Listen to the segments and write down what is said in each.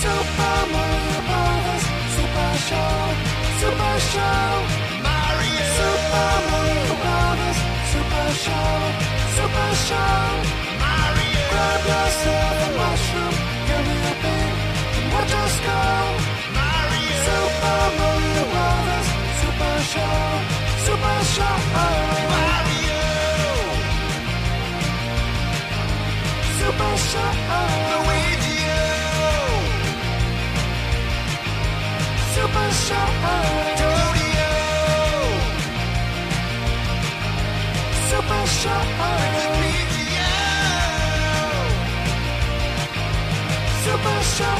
Super Mario Brothers Super Show. Super Show. Mario. Super Mario Brothers Super Show. Super Show. Mario. Grab yourself a mushroom, give me a beat, and watch us go. Mario. Super Mario Brothers Super Show. Super Show. Mario. Super Show. Luigi. Super Show. Toadie. Super Show. Super Show.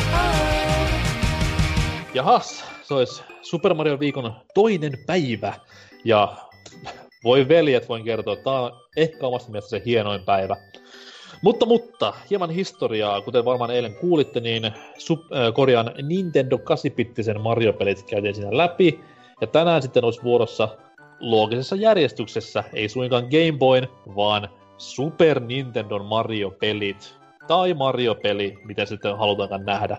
Jahas, se olisi Super Mario viikon toinen päivä. Ja voi veljet, voin kertoa, että tämä on ehkä omasta mielestä se hienoin päivä. Mutta, hieman historiaa, kuten varmaan eilen kuulitte, niin Nintendo 8-bittisen Mario-pelit käytiin siinä läpi. Ja tänään sitten olisi vuorossa loogisessa järjestyksessä, ei suinkaan Game Boyn, vaan Super Nintendon Mario-pelit. Tai Mario-peli, miten sitten halutaankaan nähdä.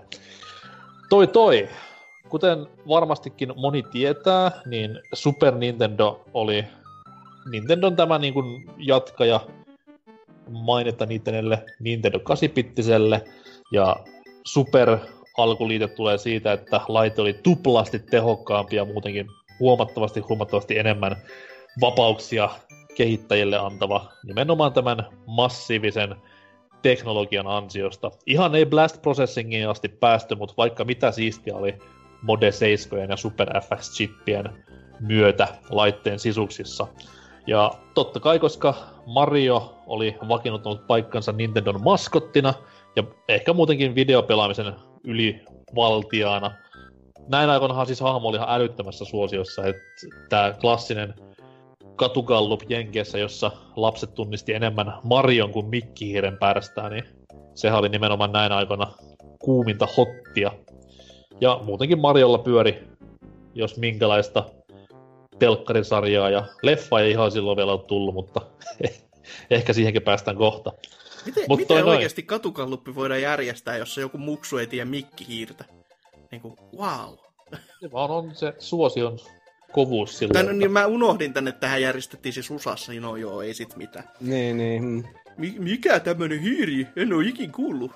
Kuten varmastikin moni tietää, niin Super Nintendo oli Nintendon tämä niin kuin jatkaja mainetta niittenelle Nintendo 8-bittiselle, ja Super alkuliite tulee siitä, että laite oli tuplasti tehokkaampi ja muutenkin huomattavasti enemmän vapauksia kehittäjille antava nimenomaan tämän massiivisen teknologian ansiosta. Ihan ei blast processingiin asti päästy, mutta vaikka mitä siistiä oli Mode 7 ja Super FX-chippien myötä laitteen sisuksissa. Ja totta kai, koska Mario oli vakiinnuttanut paikkansa Nintendon maskottina ja ehkä muutenkin videopelaamisen ylivaltiaana. Näin aikoinahan siis hahmo oli ihan älyttömässä suosiossa, että tää klassinen katugallup Jenkeissä, jossa lapset tunnisti enemmän Marion kuin Mikkihiiren pärstää, niin sehän oli nimenomaan näin aikoina kuuminta hottia. Ja muutenkin Mariolla pyöri, jos minkälaista telkkarisarjaa, ja leffa ei ihan silloin vielä ole tullut, mutta ehkä siihenkin päästään kohta. Miten oikeasti katukalluppi voidaan järjestää, jos joku muksu ei tiedä Mikkihiirtä? Niinku, wow. Se vaan on se suosion kovuus silloin. Niin mä unohdin tänne, että tähän järjestettiin siis USAssa, niin no joo, ei sit mitään. Niin. Mikä tämmönen hiiri? En oo ikin kuullut.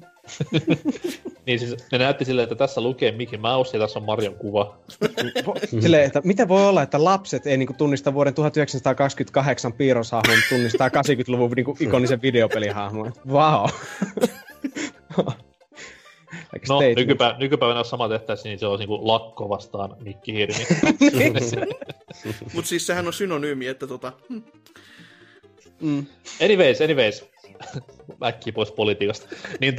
Niin siis ne näytti silleen, että tässä lukee Mickey Mouse ja tässä on Marion kuva. Silleen, että mitä voi olla, että lapset ei niinku tunnista vuoden 1928 piirroshahmon, tunnistaa 80-luvun niinku ikonisen videopelihahmon. Vau. No, nykypäivänä jos sama tehtäisiin, niin se olisi niinku lakko vastaan Mikkihiiri. Mut siis sehän on synonyymi, että Anyways. Äkkiä pois politiikasta. Niin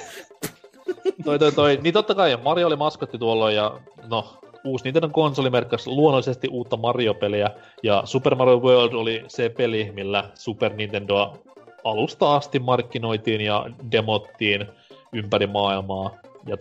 niin totta kai Mario oli maskotti tuolloin ja no, uusi Nintendo konsoli merkkasi luonnollisesti uutta Mario-peliä ja Super Mario World oli se peli, millä Super Nintendoa alusta asti markkinoitiin ja demottiin ympäri maailmaa. Ja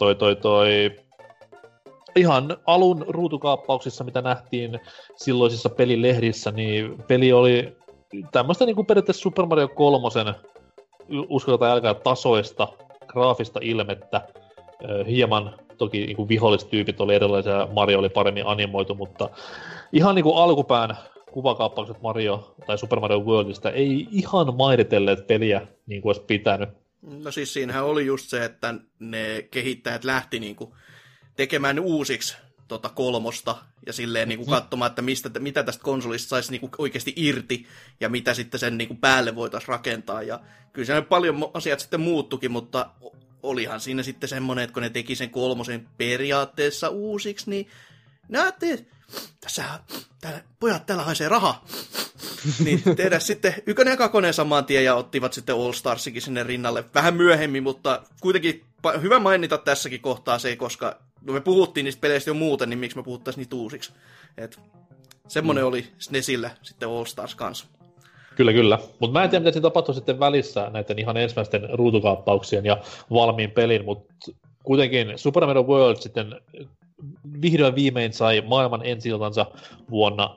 ihan alun ruutukaappauksissa, mitä nähtiin silloisissa pelilehdissä, niin peli oli tämmöistä niin kuin periaatteessa Super Mario 3:n uskotaan älkää tasoista graafista ilmettä. Hieman toki niin kuin vihollistyypit oli erilaisia, Mario oli paremmin animoitu, mutta ihan niin kuin alkupään kuvakaappaukset Mario tai Super Mario Worldista ei ihan mairitelleet peliä niin kuin olisi pitänyt. No siis siinähän oli just se, että ne kehittäjät lähti niinku tekemään uusiksi kolmosta ja silleen niinku katsomaan, että mitä tästä konsolista saisi niinku oikeasti irti ja mitä sitten sen niinku päälle voitaisiin rakentaa. Ja kyllä siinä paljon asiat sitten muuttukin, mutta olihan siinä sitten semmoinen, että kun ne teki sen kolmosen periaatteessa uusiksi, niin näette, pojat, täällä haisee raha. Niin tehdä sitten ykkönen ja kakonen saman tien ja ottivat sitten All Starsikin sinne rinnalle vähän myöhemmin, mutta kuitenkin hyvä mainita tässäkin kohtaa se, koska me puhuttiin niistä peleistä jo muuten, niin miksi me puhuttaisiin niitä uusiksi. Et semmoinen oli SNESillä sitten All Stars kanssa. Kyllä. Mutta mä en tiedä, mitä siinä tapahtui sitten välissä näiden ihan ensimmäisten ruutukaappauksien ja valmiin pelin, mutta kuitenkin Super Mario World sitten vihdoin viimein sai maailman ensi-iltansa vuonna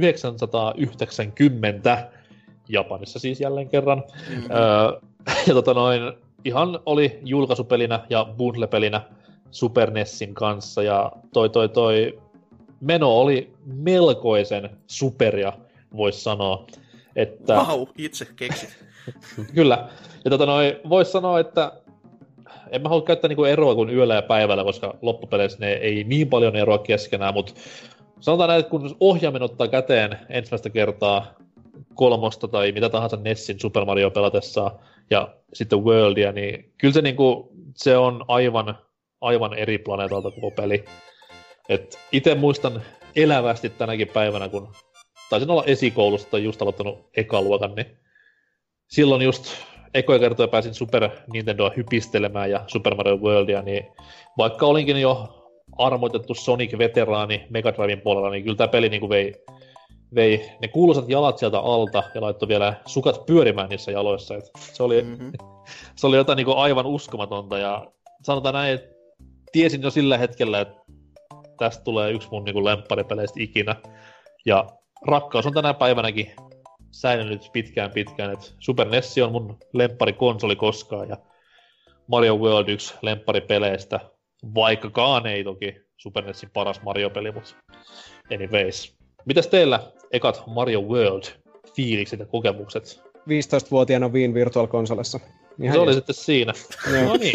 1990, Japanissa siis jälleen kerran. Ja ihan oli julkaisupelinä ja bundle-pelinä Super NESin kanssa, ja toi meno oli melkoisen superia, voisi sanoa. Että... Vau, itse keksit. Kyllä. Ja voisi sanoa, että en mä halua käyttää niinku eroa kuin yöllä ja päivällä, koska loppupeleissä ne ei niin paljon eroa keskenään, mutta sanotaan näin, että kun ohjaamen ottaa käteen ensimmäistä kertaa 3 tai mitä tahansa NESin Super Mario pelatessaan ja sitten Worldia, niin kyllä se, niinku, se on aivan eri planeetalta koko peli. Et ite muistan elävästi tänäkin päivänä, kun taisin olla esikoulusta tai just aloittanut ekaluokan, niin silloin just ekoja kertoja pääsin Super Nintendoa hypistelemään ja Super Mario Worldia, niin vaikka olinkin jo armoitettu Sonic-veteraani Mega Driven puolella, niin kyllä tämä peli niin kuin vei ne kuuluisat jalat sieltä alta ja laittoi vielä sukat pyörimään niissä jaloissa. Et se oli jotain niin kuin aivan uskomatonta, ja sanotaan näin, että tiesin jo sillä hetkellä, että tästä tulee yksi mun niin kuin lempparipeleistä ikinä, ja rakkaus on tänä päivänäkin säilynyt pitkään, että Super NES on mun lempparikonsoli koskaan, ja Mario World yksi lempparipeleistä, vaikkakaan ei toki Super NESin paras Mario-peli, mutta anyways. Mitäs teillä ekat Mario World-fiilikset ja kokemukset? 15-vuotiaana Wien Virtual Consolessa. Se oli sitten siinä. No niin.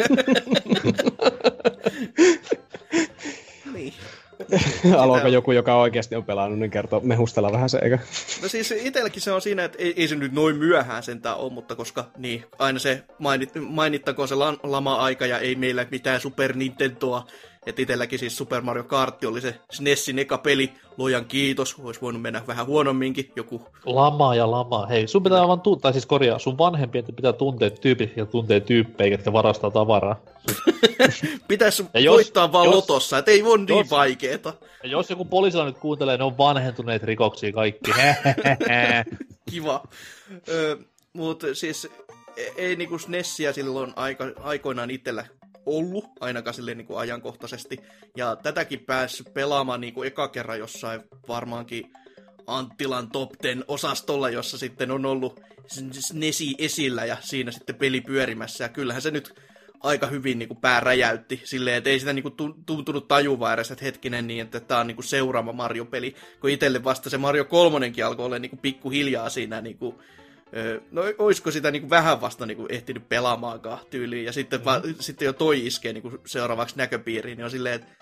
Niin. Haluaako joku, joka oikeasti on pelannut, niin kertoo mehustella vähän se, eikö? No siis itselläkin se on siinä, että ei se nyt noin myöhään sentään ole, mutta koska niin, aina se mainittakoon se lama-aika ja ei meillä mitään Super Nintendoa. Että itselläkin siis Super Mario Kart oli se SNESin eka peli, luojan kiitos, olisi voinut mennä vähän huonomminkin, joku... Lama. Hei, sun pitää vaan tai siis korjaa, sun vanhempien pitää tuntea tyypit ja tuntee tyyppejä, ketkä varastaa tavaraa. Pitäisi voittaa vaan lotossa, et ei ole niin vaikeeta. Ja jos joku poliisilla nyt kuuntelee, ne on vanhentuneet rikoksia kaikki. Kiva. Mutta siis ei niinku SNESiä silloin aikoinaan itsellä ollut, ainakaan silleen niin kuin ajankohtaisesti. Ja tätäkin päässyt pelaamaan niin kuin eka kerran jossain varmaankin Anttilan Top 10-osastolla, jossa sitten on ollut SNESi esillä ja siinä sitten peli pyörimässä. Ja kyllähän se nyt aika hyvin niin kuin pää räjäytti silleen, että ei sitä niin kuin tuntunut tajuvaa edes, että hetkinen niin, että tämä on niin kuin seuraava Mario-peli. Kun itselle vasta se Mario 3:nkin alkoi olla niin kuin pikkuhiljaa siinä niin kuin no olisiko sitä niinku vähän vasta niinku ehtinyt pelaamaankaan tyyliin, ja sitten, sitten jo toi iskee niinku seuraavaksi näköpiiriin, niin on silleen, että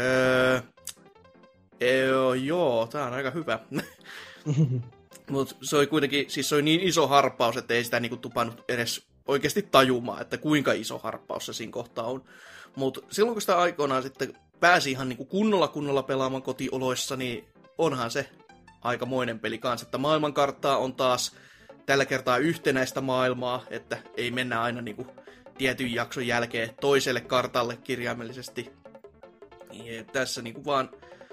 joo, tää on aika hyvä. Mutta se oli kuitenkin, siis se oli niin iso harppaus, että ei sitä niinku tupannut edes oikeasti tajumaan, että kuinka iso harppaus se siinä kohtaa on. Mutta silloin kun sitä aikoinaan sitten pääsi ihan niinku kunnolla pelaamaan kotioloissa, niin onhan se aikamoinen peli kanssa, että maailmankarttaa on taas tällä kertaa yhtenäistä maailmaa, että ei mennä aina niinku tietyn jakson jälkeen toiselle kartalle kirjaimellisesti. Ja tässä niinku vaan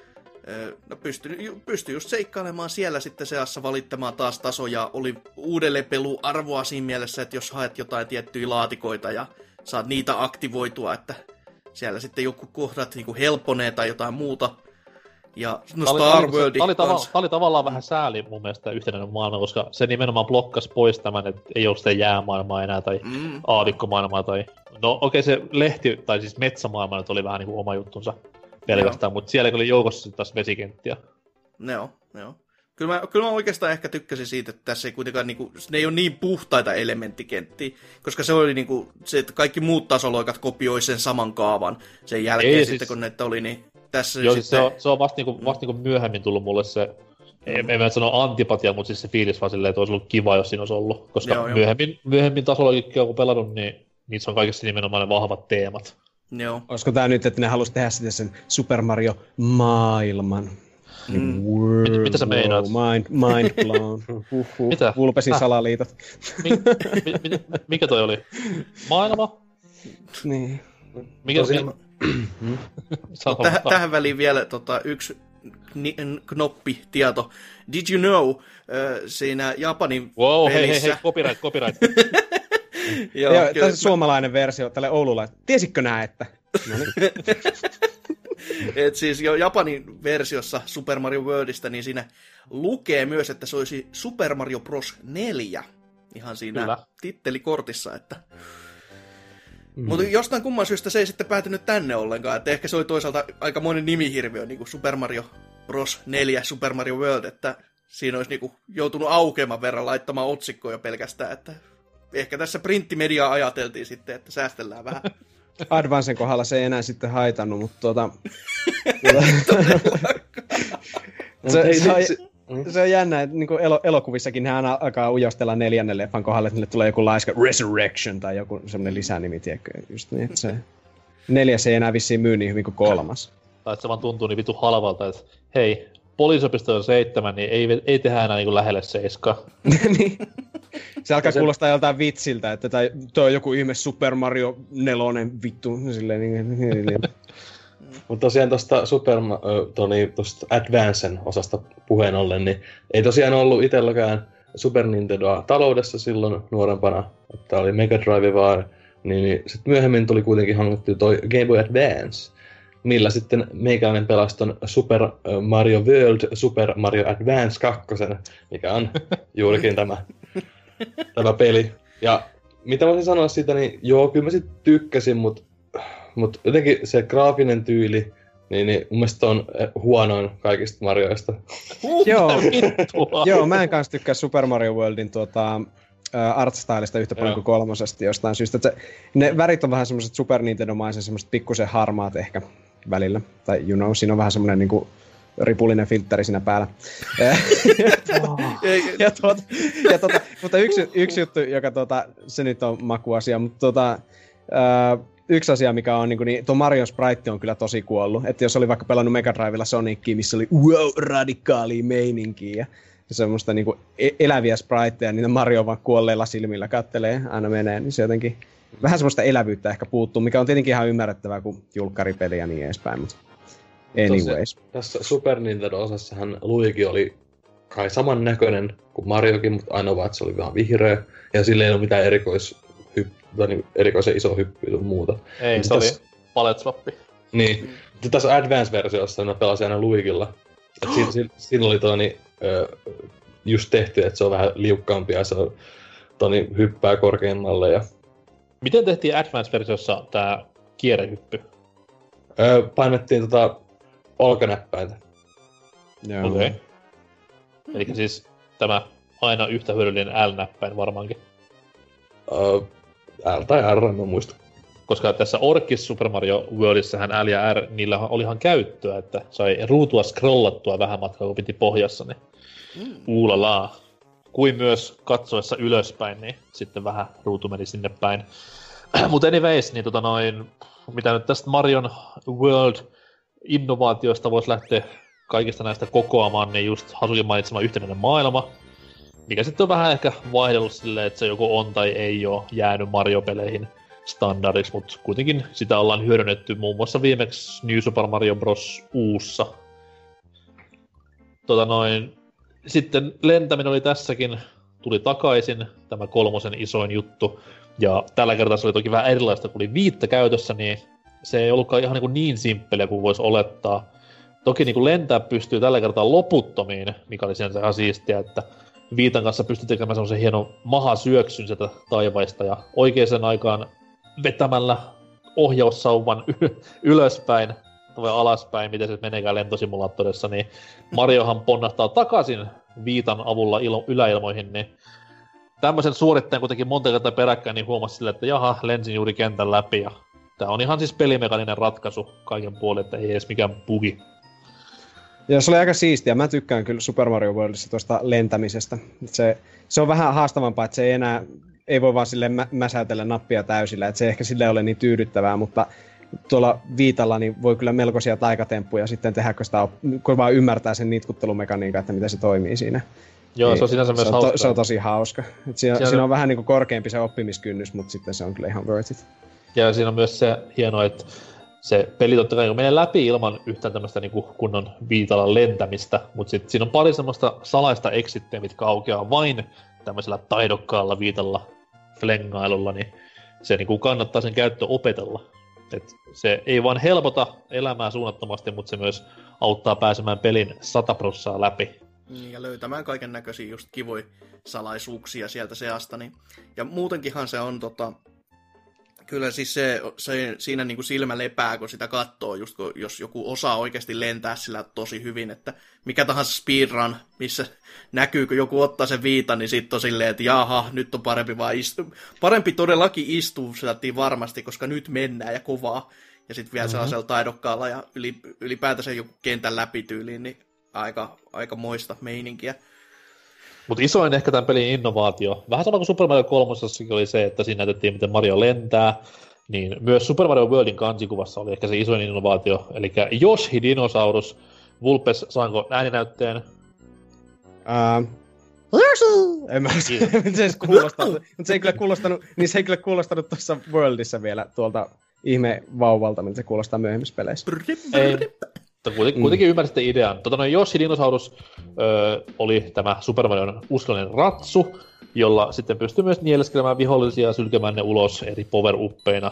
pystyi just seikkailemaan siellä sitten seassa, valittamaan taas tasoja. Oli uudelleenpeluarvoa siinä mielessä, että jos haet jotain tiettyjä laatikoita ja saat niitä aktivoitua, että siellä sitten joku kohdat niinku helponee tai jotain muuta. Ja no Star Worldin kanssa. Tämä oli tavallaan vähän sääli mun mielestä yhtenäinen maailma, koska se nimenomaan blokkasi pois tämän, että ei ole sitä jäämaailmaa enää tai aavikkomaailmaa tai... No okei, se lehti, tai siis metsämaailma nyt oli vähän niin kuin oma juttunsa pelkästään, mutta siellä oli joukossa taas vesikenttiä. Joo. Kyllä mä oikeastaan ehkä tykkäsin siitä, että tässä ei kuitenkaan niinku, ne ei ole niin puhtaita elementtikenttiä, koska se oli niinku, se, että kaikki muut tasoloikat kopioi sen saman kaavan sen jälkeen ei, sitten, siis... kun ne oli, niin tässä joo, sitten... se on vasta niinku myöhemmin tullut mulle se, en mä sano antipatia, mutta siis se fiilis vaan silleen, että olisi ollut kiva, jos siinä olisi ollut, koska joo. myöhemmin tasoloikikkia kun pelannut, niin niissä on kaikessa nimenomaan ne vahvat teemat. Joo. Olisiko tää nyt, että ne halusi tehdä sitten sen Super Mario maailman? Mitä sä meinaat? Mind blown. Mitä? Vulpesin salaliitot. Mikä toi oli? Maailma? Niin. Mikä tähän väliin vielä yksi knoppitieto. Did you know, siinä Japanin pelissä... Hei, copyright. Joo, tässä suomalainen versio tälle Oululle. Tiesitkö nää, että... Et siis jo Japanin versiossa Super Mario Worldista, niin siinä lukee myös, että se olisi Super Mario Bros. 4. Ihan siinä tittelikortissa, että... Mutta jostain kumman syystä se ei sitten päätynyt tänne ollenkaan, että ehkä se oli toisaalta aikamoinen nimihirviö, niin kuin Super Mario Bros. 4 Super Mario World, että siinä olisi niin kuin joutunut aukeaman verran laittamaan otsikkoja pelkästään, että ehkä tässä printtimediaa ajateltiin sitten, että säästellään vähän. Advancen kohdalla se ei enää sitten haitannut, mutta se on jännä, että niin elokuvissakin hän alkaa ujostella 4. leffan kohdalla, että niille tulee joku laiska Resurrection tai joku semmoinen lisänimi, tiedätkö? Just niin, että se 4 ei enää vissiin myy niin hyvin kuin 3. Tai että se vaan tuntuu niin vitu halvalta, että hei, poliisiopisto on 7, niin ei tehdä enää niin lähelle 7. Niin. Se alkaa kuulostaa joltain vitsiltä, että toi on joku ihme Super Mario 4 vittu. Silleen. Mutta tosiaan tuosta tuosta Advancen osasta puheen ollen, niin ei tosiaan ollut itselläkään Super Nintendoa taloudessa silloin nuorempana, että oli Mega Drive vaan, niin sitten myöhemmin tuli kuitenkin hankittu toi Game Boy Advance, millä sitten meikäläinen pelasi ton Super Mario World, Super Mario Advance 2, mikä on juurikin tämä peli. Ja mitä voisin sanoa siitä, niin joo, kyllä mä sit tykkäsin, mutta jotenkin se graafinen tyyli, niin mun mielestä on huonoin kaikista Marioista. Joo, mä en kanssa tykkää Super Mario Worldin artstylista yhtä paljon kuin 3 jostain syystä. Ne värit on vähän semmoiset Super Nintendo-maisen, semmoiset pikkusen harmaat ehkä välillä. Tai siinä on vähän semmoinen niinku ripullinen filtteri siinä päällä. Mutta yksi juttu, joka se nyt on makuasia, mutta yksi asia, mikä on niin tuo Marion sprite on kyllä tosi kuollut. Että jos oli vaikka pelannut Mega Drivella Sonicia, missä oli radikaalia meininkiä ja semmoista niinku eläviä spriteja, niin Mario vaan kuolleilla silmillä kattelee, aina menee, niin se jotenkin vähän semmoista elävyyttä ehkä puuttuu, mikä on tietenkin ihan ymmärrettävää kuin julkkaripeli ja niin edespäin, mutta anyways. Tässä Super Nintendo-osassahan Luigi oli kai saman näköinen kuin Mariokin, mutta ainoa vaan, että se oli vähän vihreä, ja sillä ei ole mitään erikoisen iso hyppy tai muuta. Ei, niin se oli palette-swappi. Niin, mutta tässä Advance-versiossa mä pelasin aina Luigilla. Siinä oli just tehty, että se on vähän liukkaampi ja se on hyppää korkeammalle. Ja... Miten tehtiin Advance-versiossa tää kierrehyppy? Painettiin olkanäppäintä. Okei. Okay. Eli siis tämä aina yhtä hyödyllinen L-näppäin varmaankin. L tai R, en muista. Koska tässä Orkis Super Mario Worldissähän L ja R, niillä olihan käyttöä, että sai ruutua scrollattua vähän matkaa, kun piti pohjassa, niin uulalaa. Kuin myös katsoessa ylöspäin, niin sitten vähän ruutu meni sinne päin. Mutta anyways, niin mitä nyt tästä Marion World-innovaatioista voisi lähteä kaikista näistä kokoamaan, niin just Hasukin mainitsema yhtenäinen maailma, mikä sitten on vähän ehkä vaihdellut silleen, että se joko on tai ei ole jäänyt Mario-peleihin standardiksi, mutta kuitenkin sitä ollaan hyödynnetty muun muassa viimeksi New Super Mario Bros. Uussa. Sitten lentäminen oli tässäkin, tuli takaisin, tämä 3 isoin juttu, ja tällä kertaa se oli toki vähän erilaista, kun oli 5 käytössä, niin se ei ollutkaan ihan niin simppeliä kuin voisi olettaa. Toki niin kuin lentää pystyy tällä kertaa loputtomiin, mikä oli sinänsä ihan siistiä, että Viitan kanssa pystyy tekemään semmoisen hienon mahasyöksyn sieltä taivaista ja oikeaan aikaan vetämällä ohjaussauvan ylöspäin tai alaspäin, miten se meneekään lentosimulaattorissa, niin Mariohan ponnahtaa takaisin Viitan avulla yläilmoihin, niin tämmöisen suorittajan kuitenkin monta kertaa peräkkäin, niin huomasi silleen, että jaha, lensin juuri kentän läpi, ja tää on ihan siis pelimekaninen ratkaisu kaiken puolin, että ei edes mikään bugi. Ja se oli aika siistiä. Mä tykkään kyllä Super Mario Worldissa tuosta lentämisestä. Se on vähän haastavampaa, että se ei voi vaan silleen mäsäytellä nappia täysillä, että se ei ehkä silleen ole niin tyydyttävää, mutta tuolla Viitalla niin voi kyllä melkoisia taikatemppuja sitten tehdä, kun vaan ymmärtää sen nitkuttelumekaniikan, että miten se toimii siinä. Joo, niin, se on sinänsä myös hauska. Se on tosi hauska. Siinä on vähän niin kuin korkeampi se oppimiskynnys, mutta sitten se on kyllä ihan worth it. Ja siinä on myös se hienoa, että se peli totta kai menee läpi ilman yhtään tämmöistä niinku kunnon Viitalan lentämistä, mutta sitten siinä on pari semmoista salaista exittiä, mitkä aukeaa vain tämmöisellä taidokkaalla Viitalla flengailulla, niin se niinku kannattaa sen käyttö opetella. Et se ei vaan helpota elämää suunnattomasti, mutta se myös auttaa pääsemään pelin 100% läpi. Ja löytämään kaiken näköisiä just kivoja salaisuuksia sieltä seasta. Niin. Ja muutenkinhan se on Kyllä siis se siinä niin kuin silmä lepää, kun sitä katsoo, just kun, jos joku osaa oikeasti lentää sillä tosi hyvin, että mikä tahansa speedrun, missä näkyy, kun joku ottaa sen viitan, niin sitten on silleen, että jaha, nyt on parempi vaan parempi todellakin istua sieltä varmasti, koska nyt mennään ja kovaa. Ja sitten vielä sellaisella taidokkaalla ja ylipäätänsä joku kentän läpityyliin, niin aika moista meininkiä. Mutta isoin ehkä tämän pelin innovaatio, vähän sama kuin Super Mario 3 oli se, että siinä näytettiin, miten Mario lentää, niin myös Super Mario Worldin kansikuvassa oli ehkä se isoin innovaatio, eli Yoshi Dinosaurus. Vulpes, saanko ääninäytteen? En mä se edes kuulostanut, mutta se ei kyllä kuulostanut tuossa Worldissa vielä tuolta ihme vauvalta, mitä se kuulostaa myöhemmissä peleissä. Ei. Kuitenkin ymmärsitte idean. Yoshi Dinosaurus oli tämä Super Marion uskollinen ratsu, jolla sitten pystyy myös nieleskelemään vihollisia ja sylkemään ne ulos eri power-uppeina.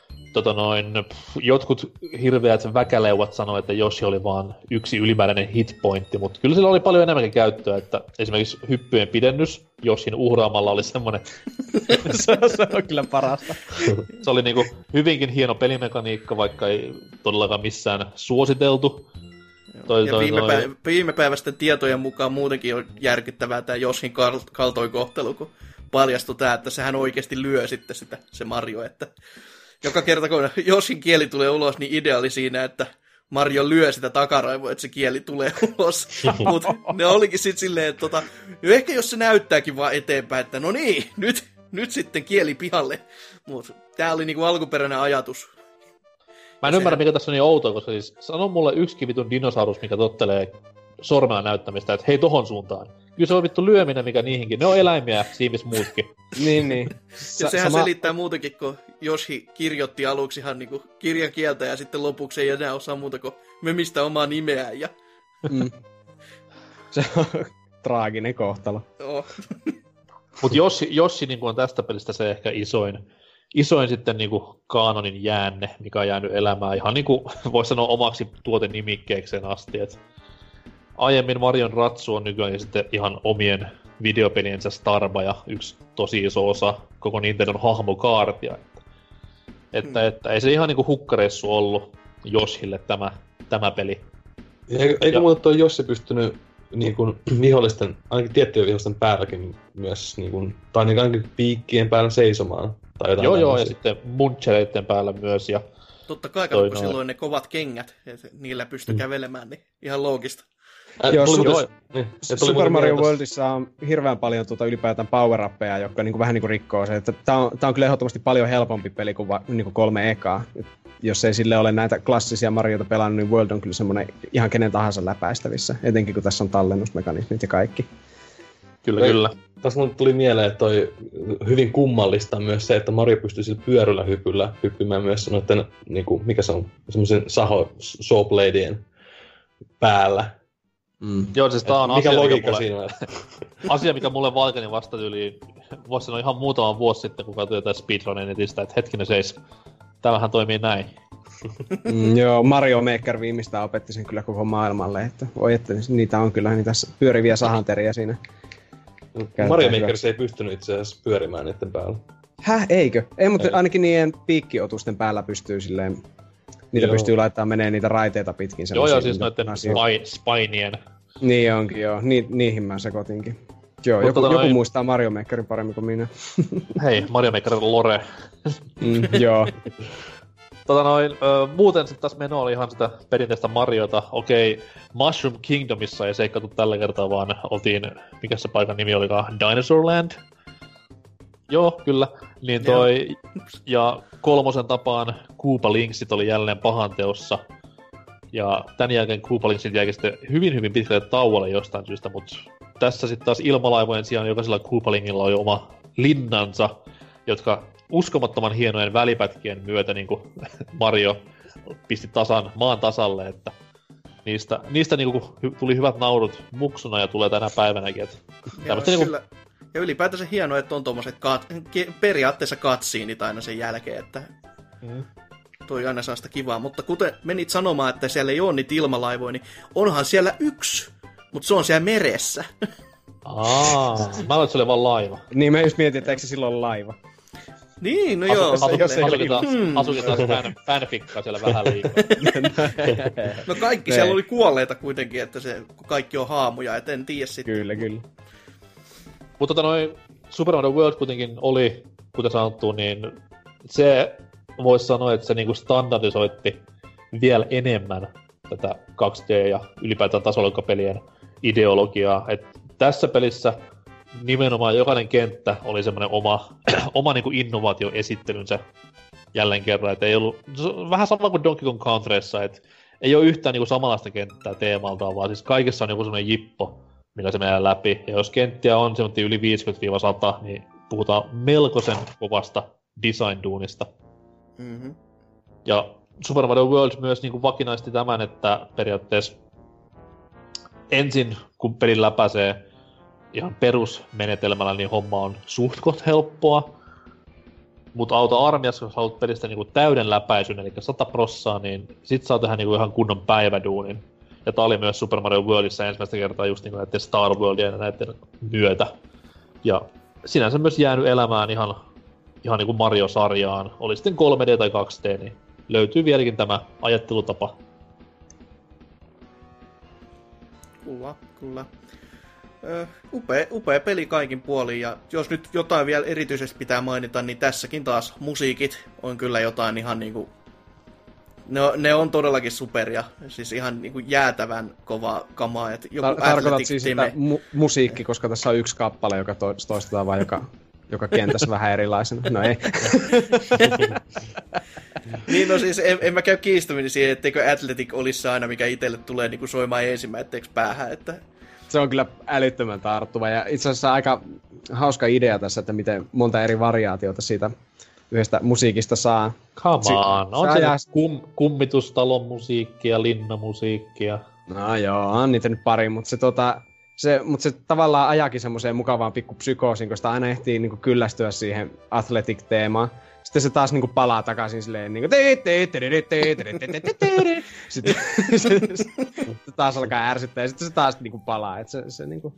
Jotkut hirveät väkäleuvat sanoi, että Yoshi oli vaan yksi ylimääräinen hitpointti, mutta kyllä sillä oli paljon enemmänkin käyttöä, että esimerkiksi hyppyjen pidennys Yoshin uhraamalla oli semmoinen... se on kyllä parasta. Se oli niinku hyvinkin hieno pelimekaniikka, vaikka ei todellakaan missään suositeltu. Viimepäiväisten tietojen mukaan muutenkin on järkyttävää tämä Yoshin kaltoinkohtelu, kun paljastui tämä, että sehän oikeasti lyö sitten se Mario, että joka kerta kun Yoshin kieli tulee ulos, niin idea oli siinä, että Mario lyö sitä takaraivoa, että se kieli tulee ulos. Mutta ne olikin sitten silleen, että ehkä jos se näyttääkin vaan eteenpäin, että no niin, nyt sitten kieli pihalle. Mutta tämä oli niinku alkuperäinen ajatus. Mä en ymmärrä, mikä tässä on niin outoa, koska siis sano mulle yksikin vitun dinosaurus, mikä tottelee sormella näyttämistä, että hei tohon suuntaan. Kyllä se on vittu lyöminen, mikä niihinkin. Ne on eläimiä, siimis muutkin. niin. Ja sehän selittää muutenkin, kun Yoshi kirjoitti aluksi ihan niinku kirjan kieltä ja sitten lopuksi ei enää osaa muuta kuin memistä omaa nimeään. Ja... Se on traaginen kohtalo. Mut Yoshi niin on tästä pelistä se ehkä isoin sitten niinku kaanonin jäänne, mikä on jäänyt elämään ihan niinku voisi sanoa omaksi tuotenimikkeekseen asti, et aiemmin Marion ratsu on nykyään sitten ihan omien videopeliensä starba ja yksi tosi iso osa koko Nintendon hahmokaartia. Että ei se ihan niinku hukkareissu ollut Yoshille tämä peli. Eikö muuta toi Yoshi pystynyt niinku vihollisten, ainakin tiettyjen vihollisten päälläkin myös, niinku, tai ainakin piikkien päällä seisomaan? Tai jotain joo, ja sitten muncheleiden päällä myös. Ja totta kai, kun silloin ne kovat kengät, että niillä pystyy kävelemään, niin ihan loogista. Super Mario Worldissa on hirveän paljon ylipäätään power-appeja, jotka niinku vähän niinku rikkoo se. Tää on kyllä ehdottomasti paljon helpompi peli kuin niinku 3 ekaa. Jos ei sille ole näitä klassisia Marioita pelannut, niin World on kyllä semmonen ihan kenen tahansa läpäistävissä. Etenkin kun tässä on tallennusmekanismit ja kaikki. Kyllä. Tässä mun tuli mieleen, että toi hyvin kummallista myös se, että Mario pystyy sillä pyöryllä hyppymään myös noitten, niinku, mikä se on, semmoisen sawbladien päällä. Joo, siis tää on mikä asia, logiikka siinä on? Asia, mikä mulle valkeni vasta yli, voisi sanoa ihan muutaman vuosi sitten, kun katsoin jotain speedrunin netistä, että hetkinen seis, tämähän toimii näin. Joo, Mario Maker viimeistään opetti sen kyllä koko maailmalle, että niitä on kyllä niitä pyöriviä sahanteriä siinä. Mario Maker ei pystynyt itse asiassa pyörimään niiden päällä. Eikö? Ei, mutta ainakin niiden piikkiotusten päällä pystyy silleen... Niitä pystyy laittamaan menee niitä raiteita pitkin. Joo, siis noitten spainien. Niin onkin, joo. Niihin mä sekoitinkin. Joo, joku muistaa Mario Makerin paremmin kuin minä. Hei, Mario Maker lore. Joo. Muuten sitten taas meno oli ihan sitä perinteistä Mariota. Okei, Mushroom Kingdomissa ei seikkailtu tällä kertaa, vaan oltiin, mikä se paikan nimi olikaan, Dinosaurland? Joo, kyllä. Niin ja 3 tapaan Koopa Linksit oli jälleen pahanteossa. Ja tän jälkeen Koopa Linksit jäikin sitten hyvin pitkälle tauolle jostain syystä, mutta tässä sitten taas ilmalaivojen sijaan jokaisella Koopa Linkilla oli oma linnansa, jotka uskomattoman hienojen välipätkien myötä niin kuin Mario pisti maan tasalle, että niistä niin kuin tuli hyvät naurut muksuna ja tulee tänä päivänäkin. Että kyllä. Ja ylipäätänsä hienoa, että on tommoset periaatteessa cutsceneit aina sen jälkeen, että toi aina saa sitä kivaa. Mutta kuten menit sanomaan, että siellä ei ole niitä ilmalaivoja, niin onhan siellä yksi, mutta se on siellä meressä. Mä luulen, että se oli vaan laiva. Niin, mä just mietin, että eikö se silloin laiva. Niin, no joo. Asukin taas fanfikkaa siellä vähän liikaa. No kaikki siellä oli kuolleita kuitenkin, että se, kun kaikki on haamuja, et en tiedä sitten. Kyllä. Mutta Super Mario World kuitenkin oli, kuten sanottu, niin se voisi sanoa, että se niinku standardisoitti vielä enemmän tätä 2D ja ylipäätään tasolokapelien ideologiaa. Et tässä pelissä nimenomaan jokainen kenttä oli semmoinen oma niinku innovaatioesittelynsä jälleen kerran. Et ei ollut, vähän sama kuin Donkey Kong Countryssa, että ei ole yhtään niinku samanlaista kenttää teemaltaan, vaan siis kaikessa on joku semmoinen jippo, millä se menee läpi. Ja jos kenttiä on semmoinen yli 50-100, niin puhutaan melkoisen kovasta design-duunista. Mm-hmm. Ja Super Mario World myös niin kuin vakinaisti tämän, että periaatteessa ensin kun pelin läpäisee ihan perusmenetelmällä, niin homma on suhtkot helppoa. Mutta auta armiassa, jos haluat pelistä niin kuin täyden läpäisyn, eli 100%, niin sit saa tehdä niin kuin ihan kunnon päiväduunin. Ja tää oli myös Super Mario Worldissa ensimmäistä kertaa just niin kuin näiden Star Worldien ja näiden myötä. Ja sinänsä myös jäänyt elämään ihan niin kuin Mario-sarjaan. Oli sitten 3D tai 2D, niin löytyy vieläkin tämä ajattelutapa. Kyllä. Upea peli kaikin puolin, ja jos nyt jotain vielä erityisesti pitää mainita, niin tässäkin taas musiikit on kyllä jotain ihan niinku... Ne on todellakin superia, siis ihan niinku jäätävän kovaa kamaa. Et joku tarkoitat siis, että musiikki, koska tässä on yksi kappale, joka toistetaan vaan joka kentässä vähän erilaisena. No ei. Niin no siis en mä käy kiistäminen siihen, etteikö Athletic olisi aina, mikä itselle tulee niinku soimaan ensimmäiseksi päähän. Että... Se on kyllä älyttömän tarttuva ja itse asiassa aika hauska idea tässä, että miten monta eri variaatiota siitä yhdestä musiikista saa. Come on, on se kummitustalon musiikkia, linnamusiikkia. No joo, on niitä nyt pari, mutta se tavallaan ajakin semmoiseen mukavaan pikku psykoosiin, koska aina ehtii niinku kyllästyä siihen athletic-teemaan. Sitten se taas niinku palaa takaisin silleen niinku... Sitten taas alkaa ärsyttää ja sitten se taas niinku palaa. Et se niinku...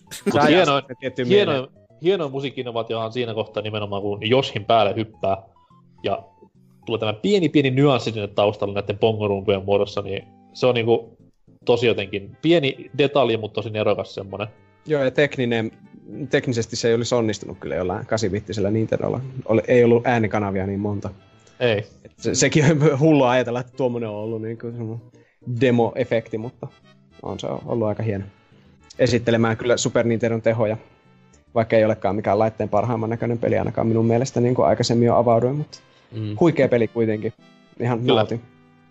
Hienoin musiikki-innovaatiohan siinä kohtaa nimenomaan, kun Joshin päälle hyppää ja tulee tämä pieni nyanssi sinne taustalle näiden pongorumpujen muodossa, niin se on niinku tosi jotenkin pieni detalji, mutta tosi nerokas semmonen. Joo, ja teknisesti se ei olisi onnistunut kyllä jollain 8-bittisellä Nintendolla. Ei ollut äänikanavia niin monta. Ei. Sekin on hullua ajatella, että tuommoinen on ollut niin kuin demo-efekti, mutta on se ollut aika hieno. Esittelemään kyllä Super Nintendon tehoja, vaikka ei olekaan mikään laitteen parhaimman näköinen peli ainakaan minun mielestä, niin kuin aikaisemmin jo avauduin, mutta huikea peli kuitenkin. Ihan nautin.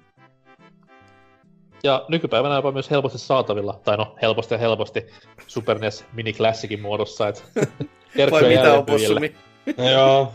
Ja nykypäivänä jopa myös helposti saatavilla, tai no helposti Super NES Mini Classicin muodossa, et vai mitä on Possumi? Joo.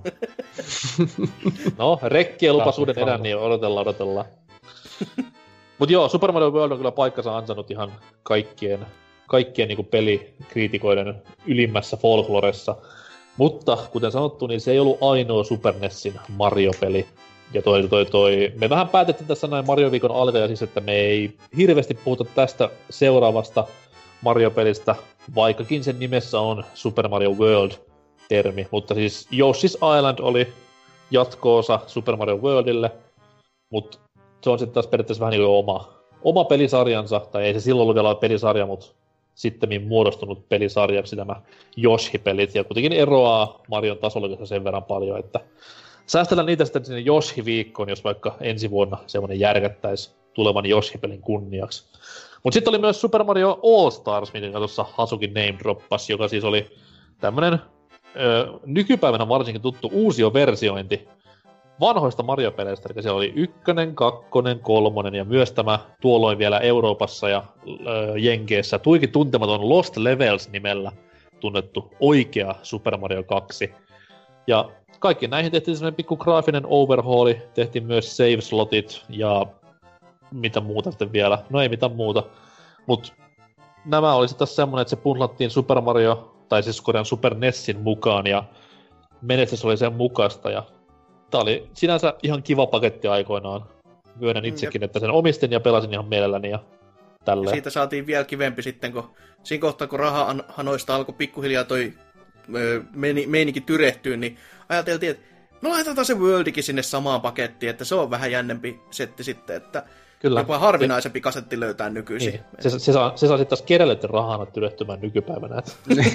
No, rekkien lupasuuden edän, niin odotellaan. Mut joo, Super Mario World on kyllä paikkansa ansainnut ihan kaikkien niinku pelikriitikoiden ylimmässä folkloressa. Mutta, kuten sanottu, niin se ei ollut ainoa Super NESin Mario-peli. Ja me vähän päätettiin tässä näin Mario-viikon alkajaisissa, että me ei hirveästi puhuta tästä seuraavasta Mario-pelistä, vaikkakin sen nimessä on Super Mario World-termi. Mutta siis Yoshi's Island oli jatko-osa Super Mario Worldille, mutta se on sitten taas periaatteessa vähän niin kuin oma pelisarjansa, tai ei se silloin ollut vielä pelisarja, mutta sittemmin muodostunut pelisarjaksi nämä Yoshi-pelit, ja kuitenkin eroaa Marion tasolla sen verran paljon, että säästellään niitä sitten sinne Yoshi-viikkoon, jos vaikka ensi vuonna semmoinen järkättäisi tulevan Yoshi-pelin kunniaksi. Mutta sitten oli myös Super Mario All Stars, mitä tuossa Hasukin name droppasi, joka siis oli tämmönen nykypäivänä varsinkin tuttu uusioversiointi vanhoista Mario-peleistä. Eli siellä oli 1, 2, 3 ja myös tämä tuolloin vielä Euroopassa ja Jenkeissä tuikin tuntematon Lost Levels nimellä tunnettu oikea Super Mario 2. Ja kaikki näihin tehtiin semmoinen pikku graafinen overhauli, tehtiin myös save-slotit ja mitä muuta sitten vielä. No ei mitään muuta. Mut nämä oli sitten semmonen, että se punlattiin Super Mario, tai siis Korean Super NESin mukaan ja menestys oli sen mukaista. Ja tää oli sinänsä ihan kiva paketti aikoinaan. Myönnän itsekin, että sen omistin ja pelasin ihan mielelläni ja tälleen. Ja siitä saatiin vielä kivempi sitten, kun siinä kohtaa kun rahahanoista alkoi pikkuhiljaa toi meininki tyrehtyä, niin ajateltiin, että No laitetaan se Worldikin sinne samaan pakettiin, että se on vähän jännempi setti sitten, että Kyllä. jopa harvinaisempi kasetti löytää nykyisin. Niin. Se saa sitten taas kereleiden rahana tyrehtymään nykypäivänä.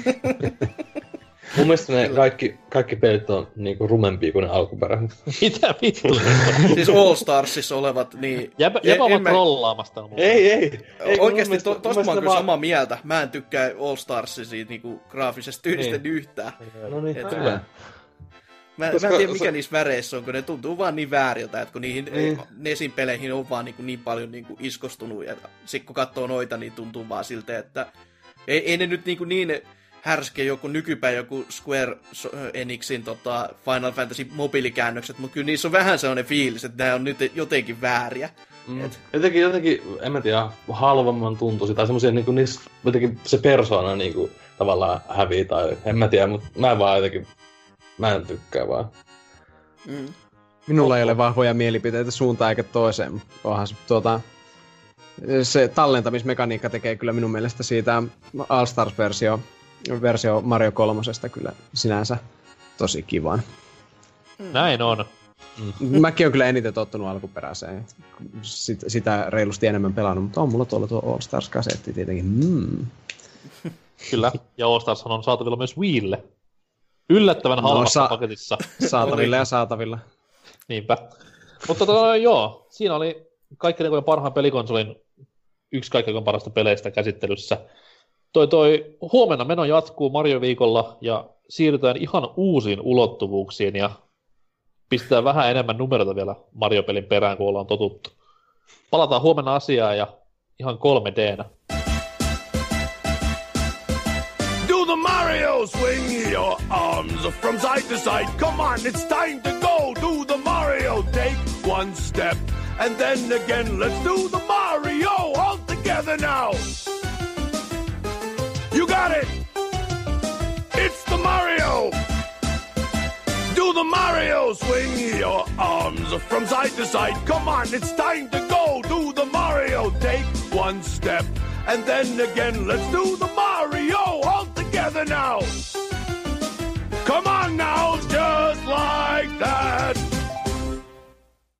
Mun mielestä ne kaikki pelit on niinku rumempia kuin ne alkuperäiset. Mitä vittu? Siis All Starsissa olevat, niin... Jäpä vaan trollaamasta. Ei. Oikeesti, tosta mä oon kyllä samaa mieltä. Mä en tykkää All Starsin siitä niinku graafisesta tyylistä yhtään. No niin, hyvä. Mä en tiedä, mikä niissä väreissä on, kun ne tuntuu vaan niin vääriltä, että kun niihin Nesin peleihin on vaan niin paljon niin iskostunut, ja sit kun katsoo noita, niin tuntuu vaan siltä, että ei ne nyt niin härske joku nykypäin joku Square Enixin Final Fantasy mobiilikäännökset, mutta kyllä niissä on vähän sellainen fiilis, että nämä on nyt jotenkin vääriä. Jotenkin, en mä tiedä, halvemman tuntuisi, tai semmosia niinku niissä, jotenkin se persoona niinku tavallaan hävii, tai en mä tiedä, mutta mä en tykkää vaan. Minulla ei ole vahvoja mielipiteitä suuntaan eikä toiseen, mutta onhan se tallentamismekaniikka tekee kyllä minun mielestä siitä All Stars-versio Mario 3:sta kyllä sinänsä tosi kivan. Näin on. Mäkin on kyllä eniten tottunut alkuperäiseen. Sitä reilusti enemmän pelannut, mutta on mulla tuo All Stars-kasetti tietenkin. Kyllä, ja All Stars on saatavilla myös Wiille. Yllättävän halvassa paketissa. Saatavilla ja saatavilla. Niinpä. Mutta joo, siinä oli kaikkein parhaan pelikonsolin yksi kaikkein parasta peleistä käsittelyssä. Huomenna meno jatkuu Mario-viikolla ja siirrytään ihan uusiin ulottuvuuksiin ja pistetään vähän enemmän numeroita vielä Mario-pelin perään, kun ollaan totuttu. Palataan huomenna asiaan ja ihan 3D:nä. Do the Mario, swing your arms from side to side. Come on, it's time to go. Do the Mario, take one step. And then again, let's do the Mario all together now. You got it. It's the Mario. Do the Mario, swing your arms from side to side. Come on, it's time to go. Do the Mario, take one step. And then again, let's do the Mario all together now.